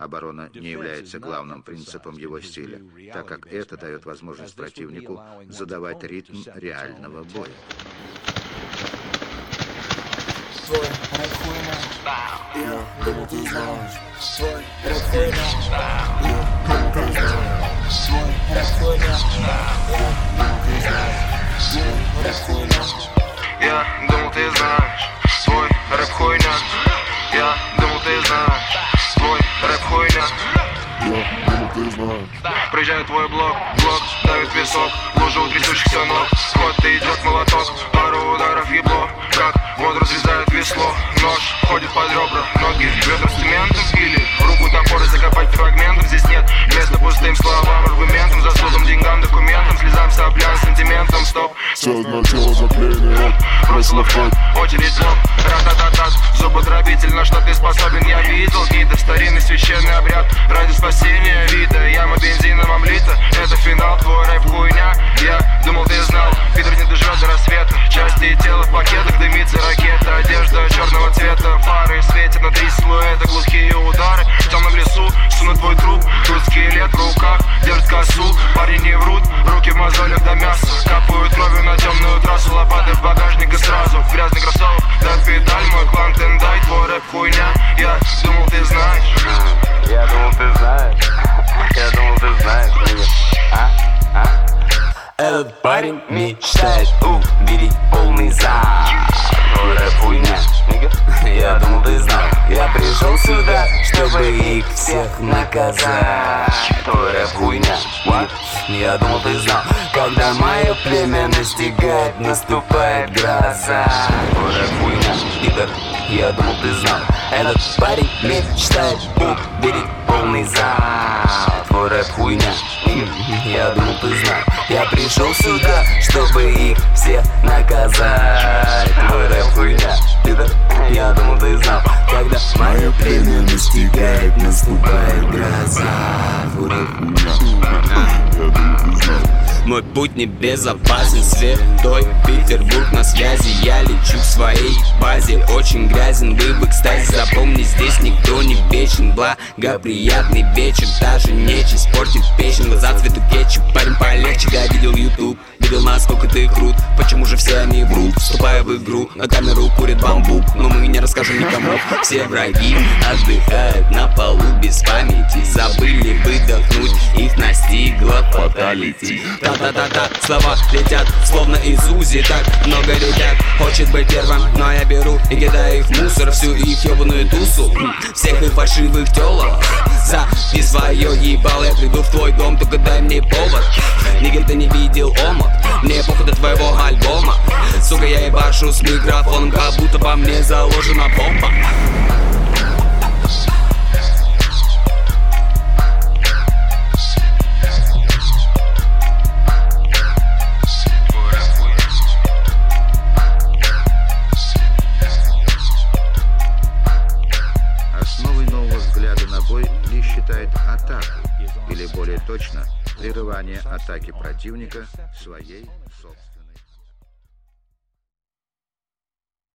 Оборона не является главным принципом его стиля, так как это дает возможность противнику задавать ритм реального боя. Я думал, ты знаешь, свой рэп хуйня. Я думал, ты знаешь, свой рэп хуйня. Проезжает твой блок, давит песок, лужу трясущихся ног. Вот идет молоток, пару ударов ебло, как вот разрезает весло. Нож ходит под ребра, ноги бьет инструментом или в руку топор и закопать фрагментом. Здесь нет места пустым словам, аргументам, заслугам, деньгам, документам, слезам, соплям, сантиментам. Стоп, все одно тело заклеено, бросила в ход. Очередь лоб, ратататат, зубодробитель, на что ты способен, я видел гида. Старинный священный обряд ради спасения вида. Яма бензином омлита, это финал, твой рэп хуйня. Я думал, ты знал, пидор не доживет до рассвета. Части тела в пакетах, дымится ракета. Одежда черного цвета, фары светят на 3 силуэта. Глухие удары в темном лесу, сунут твой труп. Тут скелет в руках, держит косу. Парни не врут, руки в мозолях до мяса. Капают кровью на темную трассу, лопаты в багажник и сразу в грязный кроссовок, да педаль, мой клан Тендай. Твой рэп хуйня, я думал, ты знаешь. Я думал, ты знаешь. Я думал, ты знаешь. Этот парень мечтает увидеть полный зал. Твой рэп хуйня. Я думал, ты знал. Я пришел сюда, чтобы их всех наказать. Твой рэп хуйня. Я думал, ты знал. Когда мое племя настигает, наступает гроза. Твой рэп хуйня. Пидор. Я думал, ты знал. Этот парень мечтает увидеть полный зал. Твой рэп хуйня. Я думал, ты знал. Я пришел сюда, чтобы их всех наказать. Твой рэп хуйня. Пидор. Я думал, ты знал. Когда мое племя настигает, наступает гроза. Твой рэп хуйня. Я думал, ты знал. Мой путь небезопасен, святой Петербург на связи. Я лечу к своей базе, очень грязен выбор. Кстати, запомни, здесь никто не вечен. Благоприятный вечер, даже нечисть портит печень. Глаза цвету кетчуп, парень полегче. Я видел YouTube, видел, насколько ты крут. Почему же все они врут, вступая в игру? На камеру курит бамбук, но мы не расскажем никому. Все враги отдыхают на полу без памяти. Забыли выдохнуть, их настигла фаталити. Та-та-та-та, слова летят, словно из УЗИ. Так много ребят хочет быть первым, но я беру и кидаю их в мусор. Всю их ебаную тусу, всех их фальшивых телок. Запи свое ебало, я приду в твой дом, только дай мне повод. Нигер, ты не видел омут, мне похуй до твоего альбома. Сука, я ебашу с микрофоном, как будто по мне заложена бомба. Основой нового взгляда на бой Ли считает атаку, или более точно, прерывание атаки противника своей собственной.